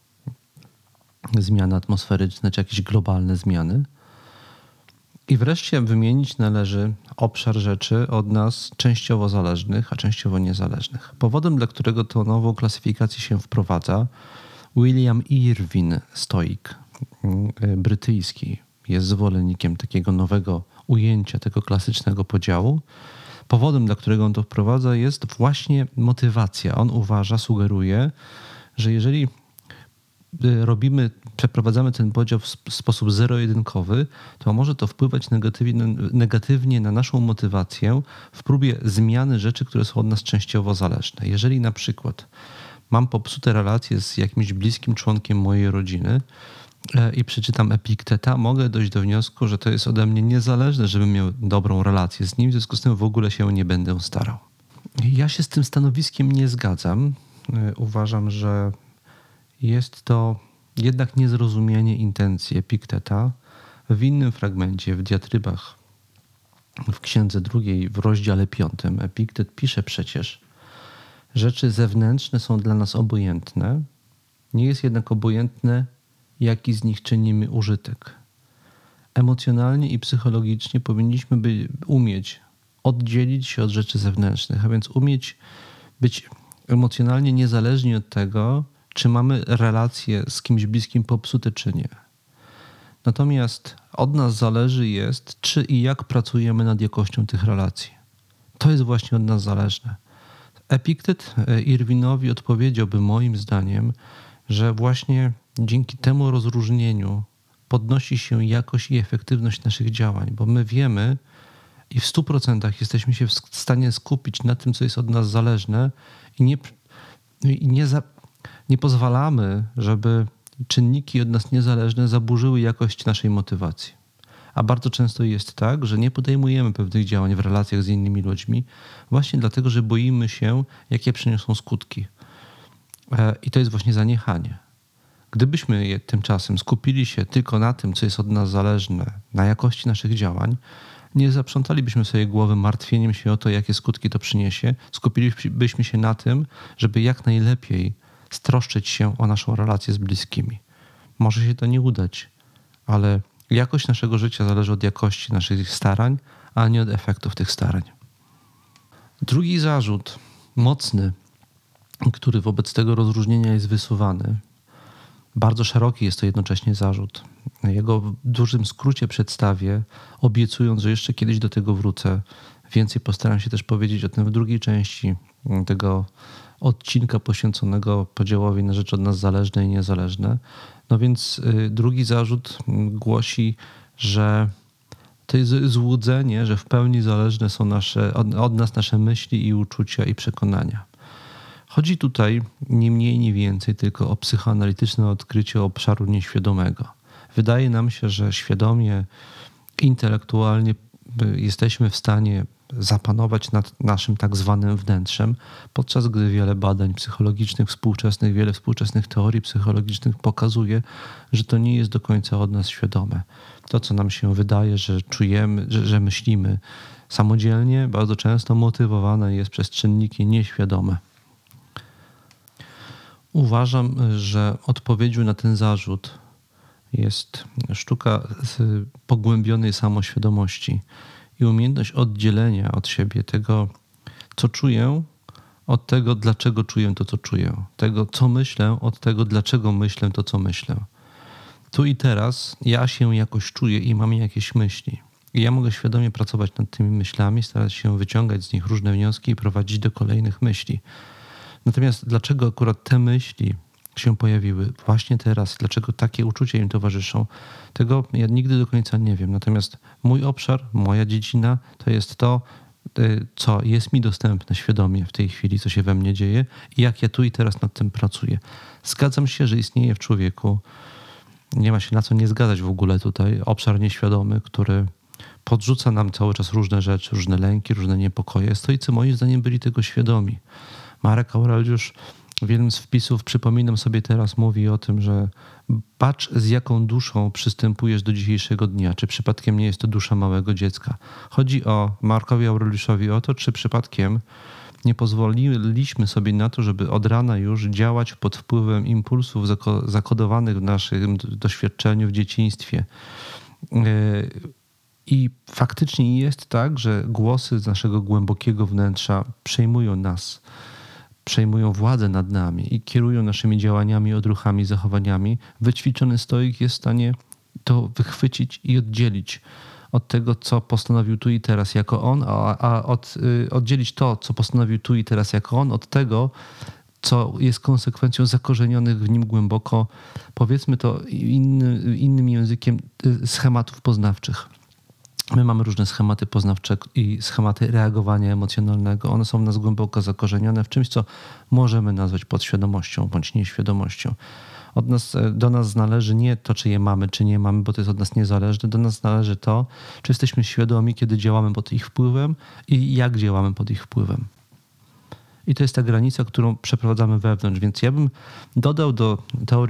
zmiany atmosferyczne czy jakieś globalne zmiany. I wreszcie wymienić należy obszar rzeczy od nas częściowo zależnych, a częściowo niezależnych. Powodem, dla którego tą nową klasyfikację się wprowadza, William Irwin, stoik brytyjski, jest zwolennikiem takiego nowego ujęcia, tego klasycznego podziału. Powodem, dla którego on to wprowadza, jest właśnie motywacja. On uważa, sugeruje, że jeżeli przeprowadzamy ten podział w sposób zero-jedynkowy, to może to wpływać negatywnie na naszą motywację w próbie zmiany rzeczy, które są od nas częściowo zależne. Jeżeli na przykład mam popsute relacje z jakimś bliskim członkiem mojej rodziny i przeczytam Epikteta, mogę dojść do wniosku, że to jest ode mnie niezależne, żebym miał dobrą relację z nim, w związku z tym w ogóle się nie będę starał. Ja się z tym stanowiskiem nie zgadzam. Uważam, że jest to jednak niezrozumienie intencji Epikteta. W innym fragmencie, w Diatrybach, w księdze drugiej, w rozdziale 5, Epiktet pisze przecież: rzeczy zewnętrzne są dla nas obojętne, nie jest jednak obojętne, jaki z nich czynimy użytek. Emocjonalnie i psychologicznie powinniśmy umieć oddzielić się od rzeczy zewnętrznych, a więc umieć być emocjonalnie niezależni od tego, czy mamy relacje z kimś bliskim popsute, czy nie. Natomiast od nas zależy jest, czy i jak pracujemy nad jakością tych relacji. To jest właśnie od nas zależne. Epiktet Irwinowi odpowiedziałby moim zdaniem, że właśnie dzięki temu rozróżnieniu podnosi się jakość i efektywność naszych działań, bo my wiemy i w 100% jesteśmy się w stanie skupić na tym, co jest od nas zależne i nie pozwalamy, żeby czynniki od nas niezależne zaburzyły jakość naszej motywacji. A bardzo często jest tak, że nie podejmujemy pewnych działań w relacjach z innymi ludźmi właśnie dlatego, że boimy się, jakie przyniosą skutki. I to jest właśnie zaniechanie. Gdybyśmy tymczasem skupili się tylko na tym, co jest od nas zależne, na jakości naszych działań, nie zaprzątalibyśmy sobie głowy martwieniem się o to, jakie skutki to przyniesie. Skupilibyśmy się na tym, żeby jak najlepiej stroszczyć się o naszą relację z bliskimi. Może się to nie udać, ale jakość naszego życia zależy od jakości naszych starań, a nie od efektów tych starań. Drugi zarzut, mocny, który wobec tego rozróżnienia jest wysuwany, bardzo szeroki jest to jednocześnie zarzut. Jego w dużym skrócie przedstawię, obiecując, że jeszcze kiedyś do tego wrócę. Więcej postaram się też powiedzieć o tym w drugiej części tego odcinka poświęconego podziałowi na rzeczy od nas zależne i niezależne. No więc drugi zarzut głosi, że to jest złudzenie, że w pełni zależne są od nas nasze myśli i uczucia i przekonania. Chodzi tutaj nie mniej, nie więcej tylko o psychoanalityczne odkrycie obszaru nieświadomego. Wydaje nam się, że świadomie, intelektualnie jesteśmy w stanie zapanować nad naszym tak zwanym wnętrzem, podczas gdy wiele badań psychologicznych współczesnych, wiele współczesnych teorii psychologicznych pokazuje, że to nie jest do końca od nas świadome. To, co nam się wydaje, że czujemy, że myślimy samodzielnie, bardzo często motywowane jest przez czynniki nieświadome. Uważam, że odpowiedzią na ten zarzut jest sztuka pogłębionej samoświadomości i umiejętność oddzielenia od siebie tego, co czuję, od tego, dlaczego czuję to, co czuję. Tego, co myślę, od tego, dlaczego myślę to, co myślę. Tu i teraz ja się jakoś czuję i mam jakieś myśli. I ja mogę świadomie pracować nad tymi myślami, starać się wyciągać z nich różne wnioski i prowadzić do kolejnych myśli. Natomiast dlaczego akurat te myśli się pojawiły właśnie teraz, dlaczego takie uczucia im towarzyszą, tego ja nigdy do końca nie wiem. Natomiast mój obszar, moja dziedzina to jest to, co jest mi dostępne świadomie w tej chwili, co się we mnie dzieje i jak ja tu i teraz nad tym pracuję. Zgadzam się, że istnieje w człowieku, nie ma się na co nie zgadzać w ogóle tutaj, obszar nieświadomy, który podrzuca nam cały czas różne rzeczy, różne lęki, różne niepokoje. Stoicy moim zdaniem byli tego świadomi. Marek Aureliusz w jednym z wpisów, przypominam sobie teraz, mówi o tym, że patrz, z jaką duszą przystępujesz do dzisiejszego dnia. Czy przypadkiem nie jest to dusza małego dziecka? Chodzi o Markowi Aureliuszowi o to, czy przypadkiem nie pozwoliliśmy sobie na to, żeby od rana już działać pod wpływem impulsów zakodowanych w naszym doświadczeniu w dzieciństwie. I faktycznie jest tak, że głosy z naszego głębokiego wnętrza przejmują nas, przejmują władzę nad nami i kierują naszymi działaniami, odruchami, zachowaniami. Wyćwiczony stoik jest w stanie to wychwycić i oddzielić od tego, co postanowił tu i teraz jako on, oddzielić to, co postanowił tu i teraz jako on, od tego, co jest konsekwencją zakorzenionych w nim głęboko, powiedzmy to innym językiem, schematów poznawczych. My mamy różne schematy poznawcze i schematy reagowania emocjonalnego. One są w nas głęboko zakorzenione w czymś, co możemy nazwać podświadomością bądź nieświadomością. Do nas należy nie to, czy je mamy, czy nie mamy, bo to jest od nas niezależne. Do nas należy to, czy jesteśmy świadomi, kiedy działamy pod ich wpływem i jak działamy pod ich wpływem. I to jest ta granica, którą przeprowadzamy wewnątrz. Więc ja bym dodał do teorii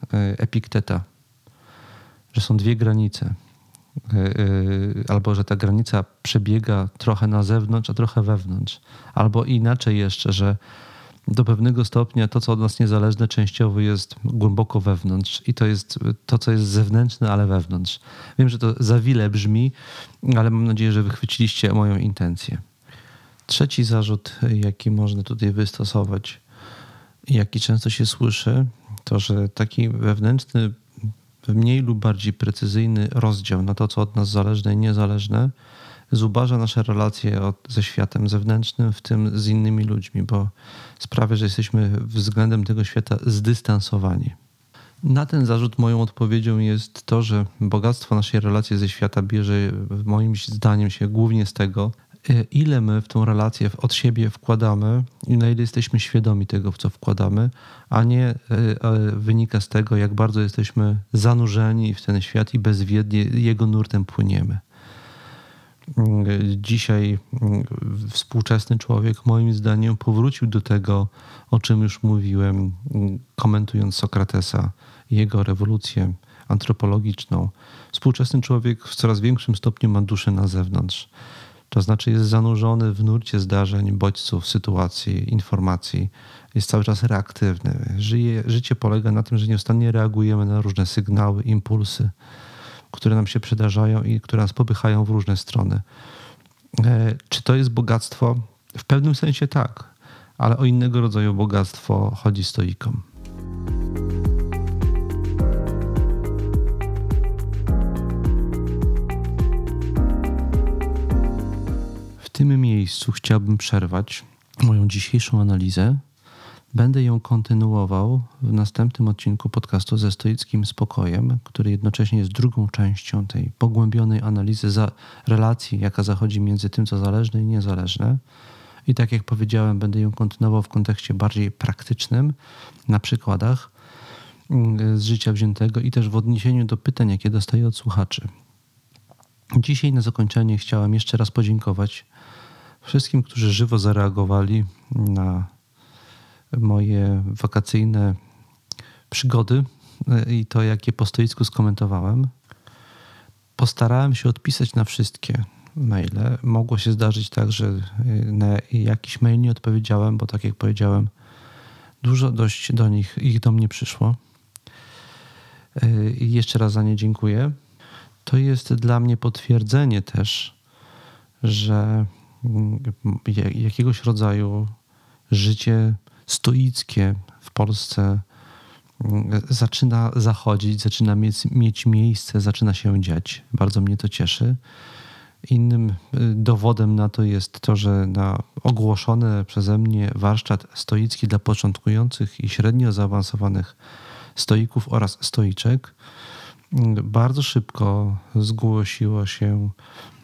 Epikteta, że są dwie granice, albo że ta granica przebiega trochę na zewnątrz, a trochę wewnątrz, albo inaczej jeszcze, że do pewnego stopnia to, co od nas niezależne, częściowo jest głęboko wewnątrz i to jest to, co jest zewnętrzne, ale wewnątrz. Wiem, że to za wiele brzmi, ale mam nadzieję, że wychwyciliście moją intencję. Trzeci zarzut, jaki można tutaj wystosować, jaki często się słyszy, to, że taki wewnętrzny, mniej lub bardziej precyzyjny rozdział na to, co od nas zależne i niezależne, zubaża nasze relacje ze światem zewnętrznym, w tym z innymi ludźmi, bo sprawia, że jesteśmy względem tego świata zdystansowani. Na ten zarzut moją odpowiedzią jest to, że bogactwo naszej relacji ze świata bierze moim zdaniem się głównie z tego, ile my w tą relację od siebie wkładamy i na ile jesteśmy świadomi tego, w co wkładamy, a nie wynika z tego, jak bardzo jesteśmy zanurzeni w ten świat i bezwiednie jego nurtem płyniemy. Dzisiaj współczesny człowiek moim zdaniem powrócił do tego, o czym już mówiłem, komentując Sokratesa i jego rewolucję antropologiczną. Współczesny człowiek w coraz większym stopniu ma duszę na zewnątrz. To znaczy jest zanurzony w nurcie zdarzeń, bodźców, sytuacji, informacji. Jest cały czas reaktywny. Życie polega na tym, że nieustannie reagujemy na różne sygnały, impulsy, które nam się przydarzają i które nas popychają w różne strony. Czy to jest bogactwo? W pewnym sensie tak, ale o innego rodzaju bogactwo chodzi stoikom. W tym miejscu chciałbym przerwać moją dzisiejszą analizę. Będę ją kontynuował w następnym odcinku podcastu ze stoickim spokojem, który jednocześnie jest drugą częścią tej pogłębionej analizy relacji, jaka zachodzi między tym, co zależne i niezależne. I tak jak powiedziałem, będę ją kontynuował w kontekście bardziej praktycznym, na przykładach z życia wziętego i też w odniesieniu do pytań, jakie dostaję od słuchaczy. Dzisiaj na zakończenie chciałem jeszcze raz podziękować wszystkim, którzy żywo zareagowali na moje wakacyjne przygody i to, jakie po stoicku skomentowałem. Postarałem się odpisać na wszystkie maile. Mogło się zdarzyć tak, że na jakiś mail nie odpowiedziałem, bo tak jak powiedziałem, dużo dość ich do mnie przyszło. I jeszcze raz za nie dziękuję. To jest dla mnie potwierdzenie też, że jakiegoś rodzaju życie stoickie w Polsce zaczyna zachodzić, zaczyna mieć miejsce, zaczyna się dziać. Bardzo mnie to cieszy. Innym dowodem na to jest to, że na ogłoszony przeze mnie warsztat stoicki dla początkujących i średnio zaawansowanych stoików oraz stoiczek bardzo szybko zgłosiło się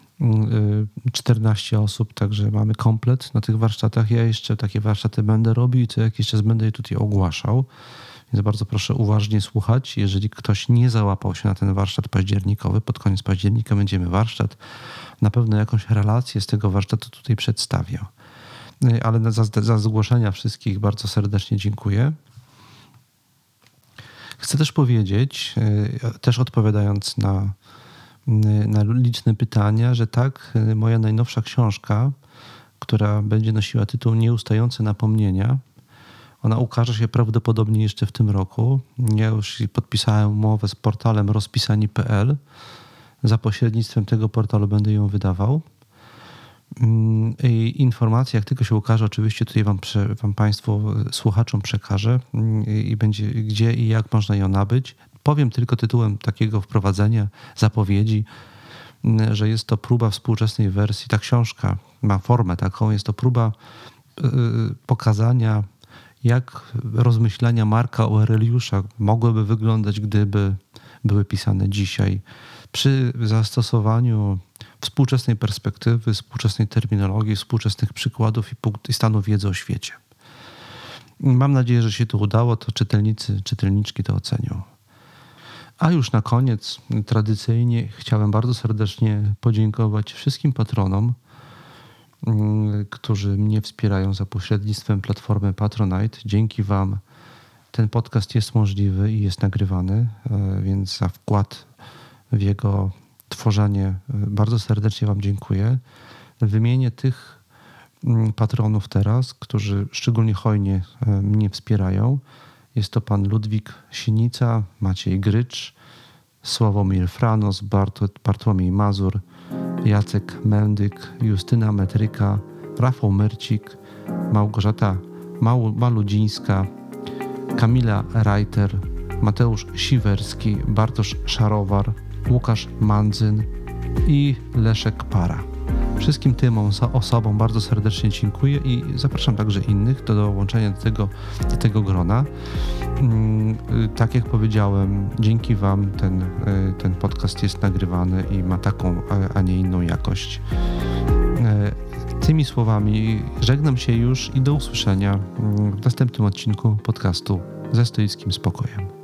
14 osób, także mamy komplet na tych warsztatach. Ja jeszcze takie warsztaty będę robił i co jakiś czas będę je tutaj ogłaszał. Więc bardzo proszę uważnie słuchać. Jeżeli ktoś nie załapał się na ten warsztat październikowy, pod koniec października będziemy warsztat, na pewno jakąś relację z tego warsztatu tutaj przedstawię. Ale za zgłoszenia wszystkich bardzo serdecznie dziękuję. Chcę też powiedzieć, też odpowiadając na liczne pytania, że tak, moja najnowsza książka, która będzie nosiła tytuł Nieustające napomnienia, ona ukaże się prawdopodobnie jeszcze w tym roku. Ja już podpisałem umowę z portalem rozpisani.pl. Za pośrednictwem tego portalu będę ją wydawał. I informacje, jak tylko się ukaże, oczywiście tutaj wam Państwu, słuchaczom przekażę i będzie gdzie i jak można ją nabyć. Powiem tylko tytułem takiego wprowadzenia, zapowiedzi, że jest to próba współczesnej wersji. Ta książka ma formę taką, jest to próba pokazania, jak rozmyślania Marka Aureliusza mogłyby wyglądać, gdyby były pisane dzisiaj przy zastosowaniu współczesnej perspektywy, współczesnej terminologii, współczesnych przykładów i stanu wiedzy o świecie. Mam nadzieję, że się to udało, to czytelnicy, czytelniczki to ocenią. A już na koniec, tradycyjnie chciałem bardzo serdecznie podziękować wszystkim patronom, którzy mnie wspierają za pośrednictwem platformy Patronite. Dzięki Wam ten podcast jest możliwy i jest nagrywany, więc za wkład w jego tworzenie bardzo serdecznie Wam dziękuję. Wymienię tych patronów teraz, którzy szczególnie hojnie mnie wspierają. Jest to pan Ludwik Sinica, Maciej Grycz, Sławomir Franos, Bartłomiej Mazur, Jacek Mędyk, Justyna Metryka, Rafał Myrcik, Małgorzata Maludzińska, Kamila Reiter, Mateusz Siwerski, Bartosz Szarowar, Łukasz Mandzyn i Leszek Para. Wszystkim tym osobom bardzo serdecznie dziękuję i zapraszam także innych do dołączenia do tego grona. Tak jak powiedziałem, dzięki Wam ten podcast jest nagrywany i ma taką, a nie inną jakość. Tymi słowami żegnam się już i do usłyszenia w następnym odcinku podcastu Ze Stoickim Spokojem.